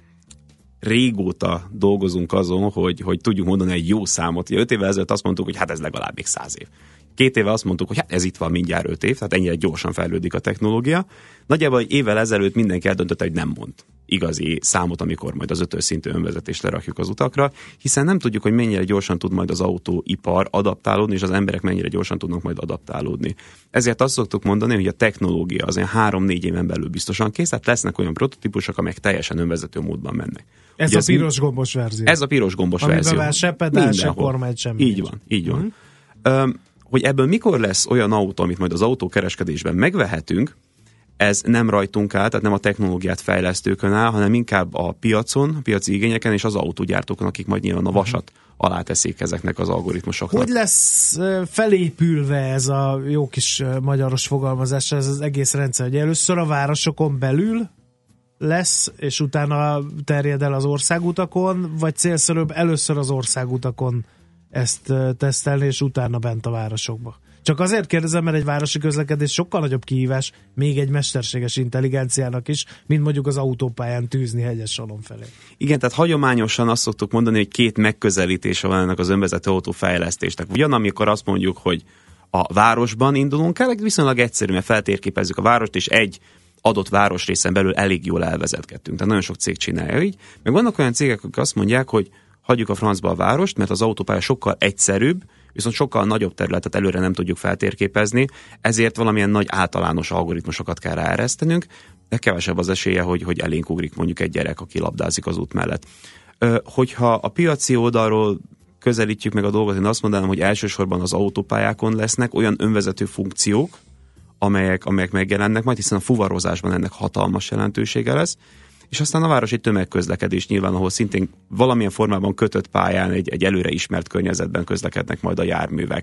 régóta dolgozunk azon, hogy, hogy tudjuk mondani egy jó számot. Öt évvel ezelőtt azt mondtuk, hogy hát ez legalább még száz év. Két éve azt mondtuk, hogy hát ez itt van mindjárt öt év, tehát ennyire gyorsan fejlődik a technológia. Nagyjából egy évvel ezelőtt mindenki eldöntötte, hogy nem mond igazi számot, amikor majd az ötös szintű önvezetést lerakjuk az utakra, hiszen nem tudjuk, hogy mennyire gyorsan tud majd az autóipar adaptálódni, és az emberek mennyire gyorsan tudnak majd adaptálódni. Ezért azt szoktuk mondani, hogy a technológia az ilyen három-négy éven belül biztosan kész, tehát lesznek olyan prototípusok, amelyek teljesen önvezető módban mennek. Ez Ugye a piros ez gombos verzió. Ez a piros gombos amiben verzió. Amiben se pedál, se kormány, semmi. Így van, így van. Mm-hmm. Um, hogy ebből mikor lesz olyan autó, amit majd az autókereskedésben megvehetünk, ez nem rajtunk áll, tehát nem a technológiát fejlesztőkön áll, hanem inkább a piacon, a piaci igényeken és az autógyártókon, akik majd nyilván a vasat alá teszik ezeknek az algoritmusoknak. Hogy lesz felépülve ez a jó kis magyaros fogalmazás, ez az egész rendszer, hogy először a városokon belül lesz, és utána terjed el az országutakon, vagy célszerűbb először az országutakon ezt tesztelni, és utána bent a városokba? Csak azért kérdezem, mert egy városi közlekedés sokkal nagyobb kihívás még egy mesterséges intelligenciának is, mint mondjuk az autópályán tűzni hegyes salon felé. Igen, tehát hagyományosan azt szoktuk mondani, hogy két megközelítése van ennek az önvezető autófejlesztésnek. Ugyan, amikor azt mondjuk, hogy a városban indulunk el, viszonylag egyszerű, mert feltérképezzük a várost, és egy adott városrészen belül elég jól elvezetgettünk. Tehát nagyon sok cég csinálja így. Meg vannak olyan cégek, akik azt mondják, hogy hagyjuk a francba a várost, mert az autópálya sokkal egyszerűbb, viszont sokkal nagyobb területet előre nem tudjuk feltérképezni, ezért valamilyen nagy általános algoritmusokat kell ráeresztenünk, de kevesebb az esélye, hogy, hogy elénk ugrik mondjuk egy gyerek, aki labdázik az út mellett. Ö, hogyha a piaci oldalról közelítjük meg a dolgot, én azt mondanám, hogy elsősorban az autópályákon lesznek olyan önvezető funkciók, amelyek, amelyek megjelennek majd, hiszen a fuvarozásban ennek hatalmas jelentősége lesz, és aztán a városi tömegközlekedés nyilván, ahol szintén valamilyen formában kötött pályán egy, egy előre ismert környezetben közlekednek majd a járművek.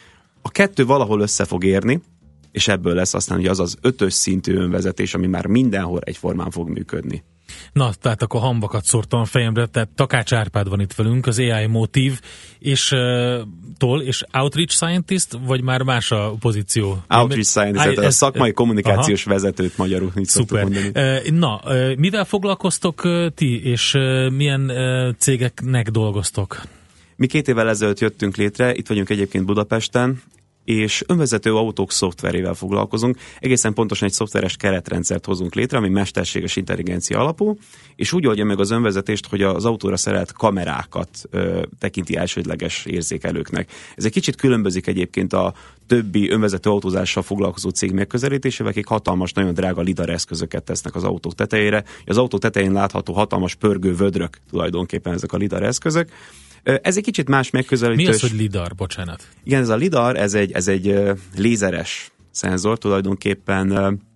A kettő valahol össze fog érni, és ebből lesz aztán ugye az az ötös szintű önvezetés, ami már mindenhol egyformán fog működni. Na, tehát akkor hamvakat szórtam a fejemre, tehát Takács Árpád van itt velünk, az á i Motive, és uh, tól, és Outreach Scientist, vagy már más a pozíció? Outreach Scientist, I, a ez, szakmai kommunikációs aha. vezetőt magyarul, így szoktuk mondani. Uh, na, uh, mivel foglalkoztok uh, ti, és uh, milyen uh, cégeknek dolgoztok? Mi két évvel ezelőtt jöttünk létre, itt vagyunk egyébként Budapesten, és önvezető autók szoftverével foglalkozunk. Egészen pontosan egy szoftveres keretrendszert hozunk létre, ami mesterséges intelligencia alapú, és úgy oldja meg az önvezetést, hogy az autóra szerelt kamerákat ö, tekinti elsődleges érzékelőknek. Ez egy kicsit különbözik egyébként a többi önvezető autózással foglalkozó cég megközelítésével, akik hatalmas, nagyon drága lidar eszközöket tesznek az autók tetejére. Az autó tetején látható hatalmas pörgő vödrök tulajdonképpen ezek a lidar eszközök. Ez egy kicsit más megközelítés. Mi az, hogy lidar? Bocsánat. Igen, ez a lidar, ez egy, ez egy lézeres szenzor, tulajdonképpen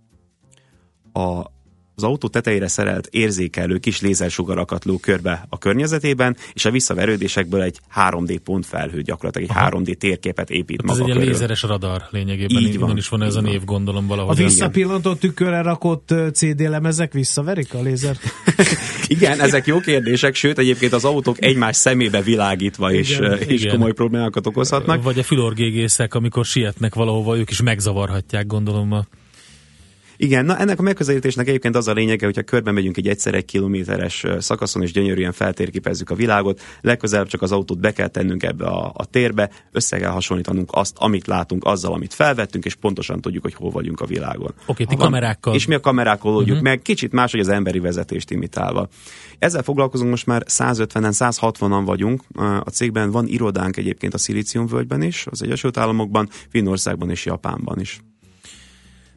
a az autó tetejére szerelt érzékelő kis lézersugarakat ló körbe a környezetében, és a visszaverődésekből egy három dé pontfelhő, gyakorlatilag egy aha. három dé térképet épít hát maga ez körül. egy lézeres radar lényegében, így van, is van ez a név, gondolom valahogy. A visszapillantó tükörre rakott cé dé lemezek visszaverik a lézer? Igen, ezek jó kérdések, sőt egyébként az autók egymás szemébe világítva is, igen, és igen. komoly problémákat okozhatnak. Vagy a fülorgégészek, amikor sietnek valahova, ők is megzavarhatják, gondolom a Igen, na ennek a megközelítésnek egyébként az a lényege, hogyha körben megyünk egy egyszer egy kilométeres szakaszon, és gyönyörűen feltérképezzük a világot, legközelebb csak az autót be kell tennünk ebbe a, a térbe, össze kell hasonlítanunk azt, amit látunk, azzal, amit felvettünk, és pontosan tudjuk, hogy hol vagyunk a világon. Oké, ti kamerákkal. És mi a kamerákkal oldjuk uh-huh. meg, kicsit máshogy az emberi vezetést imitálva. Ezzel foglalkozunk most már százötvenen, százhatvanan vagyunk. A cégben van irodánk egyébként a Szilíciumvölgyben is, az Egyesült Államokban, Finnországban és Japánban is.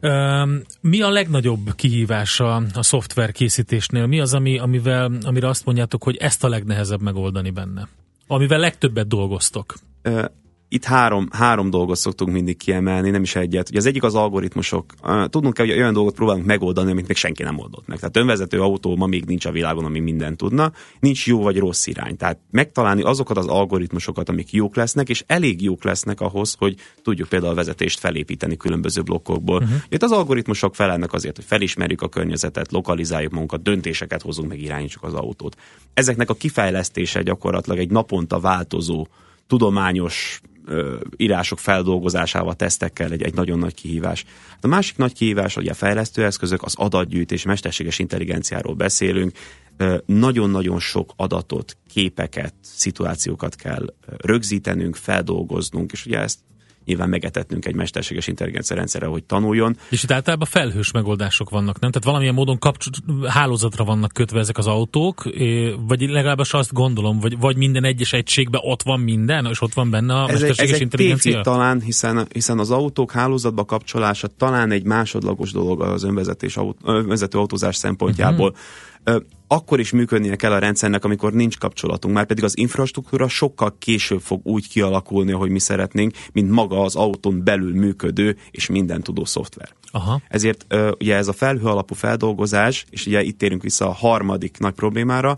Mi a legnagyobb kihívása a szoftver készítésnél? Mi az, ami, amivel, amire azt mondjátok, hogy ezt a legnehezebb megoldani benne? Amivel legtöbbet dolgoztok? Itt három, három dolgot szoktunk mindig kiemelni, nem is egyet. Ugye az egyik az algoritmusok. Tudnunk kell, hogy olyan dolgot próbálunk megoldani, amit még senki nem oldott meg. Tehát önvezető autó ma még nincs a világon, ami mindent tudna. Nincs jó vagy rossz irány. Tehát megtalálni azokat az algoritmusokat, amik jók lesznek, és elég jók lesznek ahhoz, hogy tudjuk például a vezetést felépíteni különböző blokkokból. Uh-huh. Itt az algoritmusok felelnek azért, hogy felismerjük a környezetet, lokalizáljuk magunkat, döntéseket hozunk, meg irányítsuk az autót. Ezeknek a kifejlesztése gyakorlatilag egy naponta változó tudományos ö, írások feldolgozásával, tesztekkel egy, egy nagyon nagy kihívás. A másik nagy kihívás, hogy a fejlesztőeszközök, az adatgyűjtés, mesterséges intelligenciáról beszélünk. Ö, nagyon-nagyon sok adatot, képeket, szituációkat kell rögzítenünk, feldolgoznunk, és ugye ezt nyilván megetetnünk egy mesterséges intelligencia rendszerre, hogy tanuljon. És itt általában felhős megoldások vannak, nem? Tehát valamilyen módon kapcsol- hálózatra vannak kötve ezek az autók, vagy legalábbis azt gondolom, vagy, vagy minden egyes egységben ott van minden, és ott van benne a ez mesterséges egy, intelligencia? Ez egy talán, hiszen, hiszen az autók hálózatba kapcsolása talán egy másodlagos dolog az önvezetés, önvezető autózás szempontjából. Uh-huh. Akkor is működnie kell a rendszernek, amikor nincs kapcsolatunk, már pedig az infrastruktúra sokkal később fog úgy kialakulni, ahogy mi szeretnénk, mint maga az autón belül működő és minden tudó szoftver. Aha. Ezért ugye ez a felhő alapú feldolgozás, és ugye itt térünk vissza a harmadik nagy problémára,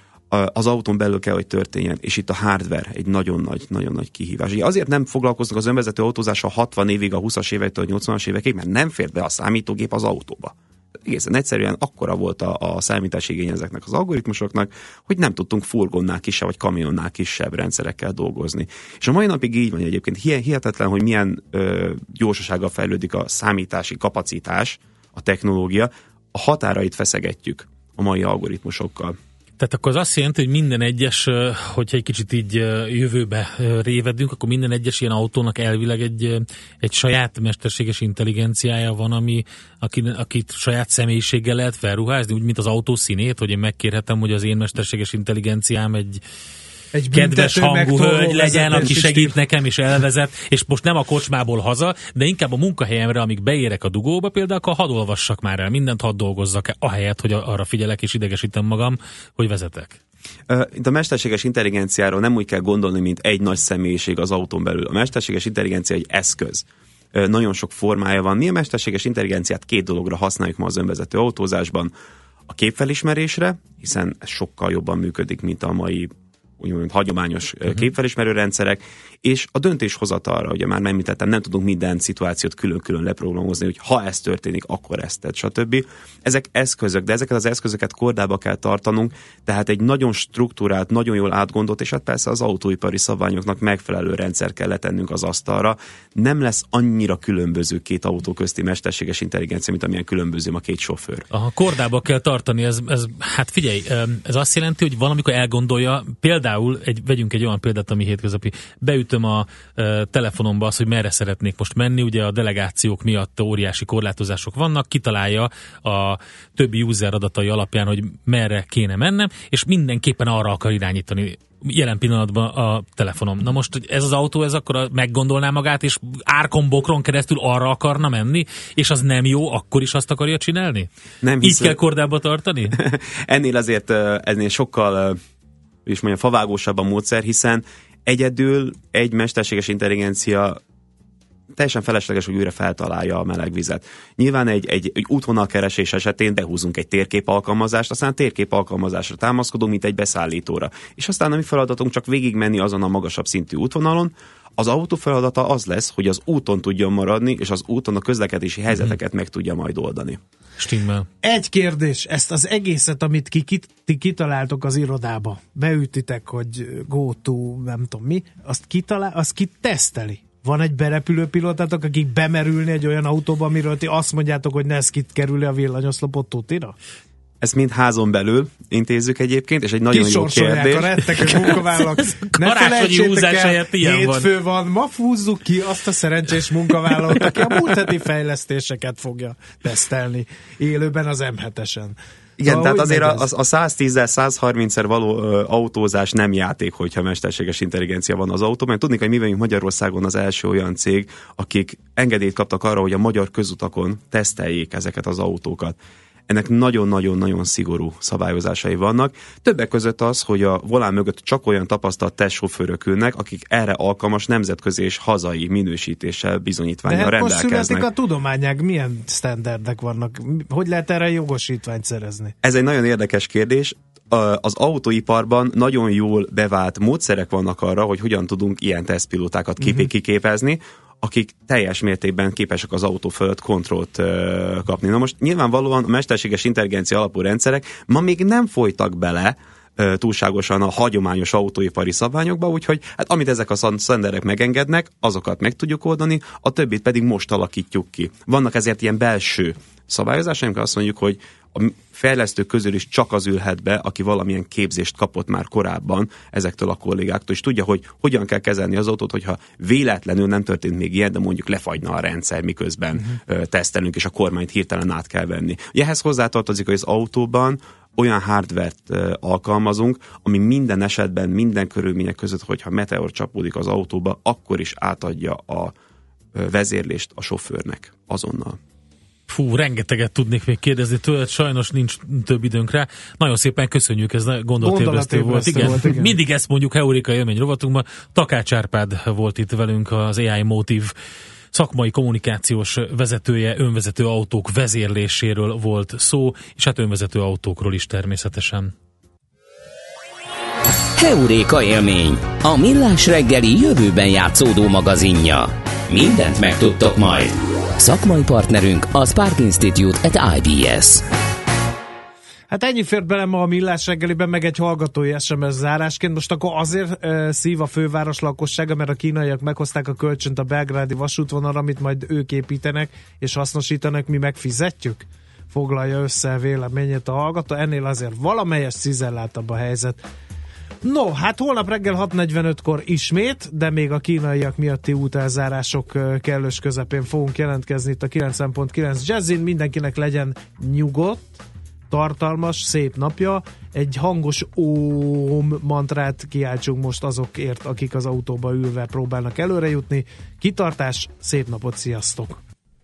az autón belül kell, hogy történjen, és itt a hardware egy nagyon nagy, nagyon nagy kihívás. Ugye azért nem foglalkoznak az önvezető autózással hatvan évig, a húszas évektől a nyolcvanas évekig, mert nem fért be a számítógép az autóba. Egészen egyszerűen akkora volt a, a számítási igény ezeknek az algoritmusoknak, hogy nem tudtunk furgonnál kisebb, vagy kamionnál kisebb rendszerekkel dolgozni. És a mai napig így van egyébként. Hihetetlen, hogy milyen ö, gyorsasággal fejlődik a számítási kapacitás, a technológia. A határait feszegetjük a mai algoritmusokkal. Tehát akkor az azt jelenti, hogy minden egyes, hogyha egy kicsit így jövőbe révedünk, akkor minden egyes ilyen autónak elvileg egy, egy saját mesterséges intelligenciája van, ami, akit, akit saját személyiséggel lehet felruházni, úgy, mint az autó színét, hogy én megkérhetem, hogy az én mesterséges intelligenciám egy Egy kedves hangú hölgy legyen, aki segít nekem és elvezet, és most nem a kocsmából haza, de inkább a munkahelyemre, amíg beérek a dugóba például, akkor hadd olvassak már el, mindent hadd dolgozzak, ahelyett, hogy arra figyelek és idegesítem magam, hogy vezetek. Itt a mesterséges intelligenciáról nem úgy kell gondolni, mint egy nagy személyiség az autón belül. A mesterséges intelligencia egy eszköz. Nagyon sok formája van. Mi a mesterséges intelligenciát két dologra használjuk ma az önvezető autózásban. A képfelismerésre, hiszen ez sokkal jobban működik, mint a mai úgymond hagyományos uh-huh. képfelismerő rendszerek, és a döntéshozatalra, ugye már említettem, nem tudunk minden szituációt külön-külön leprogramozni, hogy ha ez történik, akkor ezt tett, stb. Ezek eszközök, de ezeket az eszközöket kordába kell tartanunk, tehát egy nagyon struktúrált, nagyon jól átgondolt, és hát persze az autóipari szabványoknak megfelelő rendszer kell letennünk az asztalra. Nem lesz annyira különböző két autó közti mesterséges intelligencia, mint amilyen különböző a két sofőr. Aha, kordába kell tartani, ez, ez, hát figyelj, ez azt jelenti, hogy valamikor elgondolja, például, egy, vegyünk egy olyan példát, ami hétköznapi, beütöm a e, telefonomba azt, hogy merre szeretnék most menni, ugye a delegációk miatt óriási korlátozások vannak, kitalálja a többi user adatai alapján, hogy merre kéne mennem, és mindenképpen arra akar irányítani jelen pillanatban a telefonom. Na most, hogy ez az autó, ez akkor meggondolná magát, és árkon bokron keresztül arra akarna menni, és az nem jó, akkor is azt akarja csinálni? Nem hiszem. Így kell kordába tartani? Ennél azért ennél sokkal és mondjam, favágósabb a módszer, hiszen egyedül egy mesterséges intelligencia teljesen felesleges, hogy újra feltalálja a meleg vizet. Nyilván egy, egy, egy útvonalkeresés esetén behúzunk egy térkép alkalmazást, aztán térkép alkalmazásra támaszkodunk, mint egy beszállítóra. És aztán a mi feladatunk csak végigmenni azon a magasabb szintű útvonalon. Az autó feladata az lesz, hogy az úton tudjon maradni, és az úton a közlekedési helyzeteket meg tudja majd oldani. Stimmel. Egy kérdés, ezt az egészet, amit ki, ki, ti kitaláltok az irodába, beütitek, hogy go to, nem tudom mi, azt kitalál, azt ki teszteli? Van egy berepülő pilótátok, akik bemerülni egy olyan autóba, amiről ti azt mondjátok, hogy ne ez kit kerülni a villanyoszlopot tutira? Ezt mind házon belül intézzük egyébként, és egy nagyon jó kérdés. A rettegő munkavállalók. Ne felejtsétek el, hétfő van, ma fúzzuk ki azt a szerencsés munkavállalót, aki a múlt heti fejlesztéseket fogja tesztelni élőben az em hetesen. Igen, tehát azért a, a száztízzel, százharmincszer való ö, autózás nem játék, hogyha mesterséges intelligencia van az autóban. Mert tudni, hogy mi vagyunk Magyarországon az első olyan cég, akik engedélyt kaptak arra, hogy a magyar közutakon teszteljék ezeket az autókat. Ennek nagyon-nagyon-nagyon szigorú szabályozásai vannak. Többek között az, hogy a volán mögött csak olyan tapasztalt testsofőrök ülnek, akik erre alkalmas nemzetközi és hazai minősítéssel, bizonyítvánnyal rendelkeznek. De most születik a tudományág, milyen sztenderdek vannak? Hogy lehet erre jogosítványt szerezni? Ez egy nagyon érdekes kérdés. Az autóiparban nagyon jól bevált módszerek vannak arra, hogy hogyan tudunk ilyen tesztpilótákat uh-huh. kiképezni, akik teljes mértékben képesek az autó fölött kontrollt uh, kapni. Na most nyilvánvalóan a mesterséges intelligencia alapú rendszerek ma még nem folytak bele uh, túlságosan a hagyományos autóipari szabványokba, úgyhogy hát amit ezek a sztenderek megengednek, azokat meg tudjuk oldani, a többit pedig most alakítjuk ki. Vannak ezért ilyen belső szabályozás, amikor azt mondjuk, hogy a fejlesztők közül is csak az ülhet be, aki valamilyen képzést kapott már korábban ezektől a kollégáktól, és tudja, hogy hogyan kell kezelni az autót, hogyha véletlenül nem történt még ilyen, de mondjuk lefagyna a rendszer, miközben uh-huh. tesztelünk, és a kormányt hirtelen át kell venni. Ugye ehhez hozzátartozik, hogy az autóban olyan hardvert uh, alkalmazunk, ami minden esetben, minden körülmények között, hogyha meteor csapódik az autóba, akkor is átadja a uh, vezérlést a sofőrnek azonnal. Fú, rengeteget tudnék még kérdezni tőled, sajnos nincs több időnk rá. Nagyon szépen köszönjük, ez gondolatébresztő volt. Igen. volt igen. Mindig ezt mondjuk Heureka élmény rovatunkban. Takács Árpád volt itt velünk, az á i Motive szakmai kommunikációs vezetője, önvezető autók vezérléséről volt szó, és hát önvezető autókról is természetesen. Heureka élmény, a millás reggeli jövőben játszódó magazinja. Mindent megtudtok majd. Szakmai partnerünk a Spark Institute at i bé es. Hát ennyi fért bele ma a millás reggeliben, meg egy hallgatói es em es zárásként. Most akkor azért uh, szív a főváros lakossága, mert a kínaiak meghozták a kölcsönt a belgrádi vasútvonalra, amit majd ők építenek és hasznosítanak, mi megfizetjük? Foglalja össze a véleményét a hallgató. Ennél azért valamelyes cizelláltabb a helyzet. No, hát holnap reggel hat negyvenötkor ismét, de még a kínaiak miatti útelzárások kellős közepén fogunk jelentkezni itt a kilencven pont kilenc Jazzin. Mindenkinek legyen nyugodt, tartalmas, szép napja. Egy hangos óm mantrát kiáltsunk most azokért, akik az autóba ülve próbálnak előre jutni. Kitartás, szép napot, sziasztok!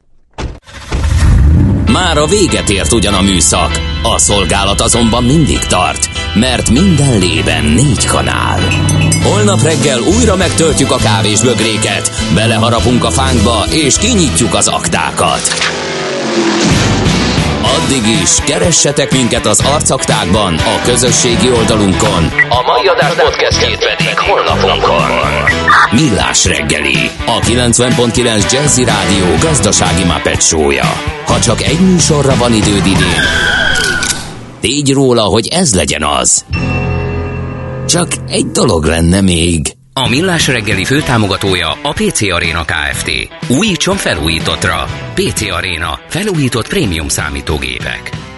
Már a véget ért ugyan a műszak, a szolgálat azonban mindig tart, mert minden lében négy kanál. Holnap reggel újra megtöltjük a kávésbögréket, beleharapunk a fánkba és kinyitjuk az aktákat. Addig is keressetek minket az arcaktákban, a közösségi oldalunkon, a mai adás podcastjét pedig honlapunkon. Millás reggeli, a kilencven pont kilenc Jazzy Rádió gazdasági Muppet show-ja. Ha csak egy műsorra van időd idén, tégy róla, hogy ez legyen az. Csak egy dolog lenne még. A Millás reggeli főtámogatója a pé cé Arena Kft. Újítson felújítottra. pé cé Arena. Felújított prémium számítógépek.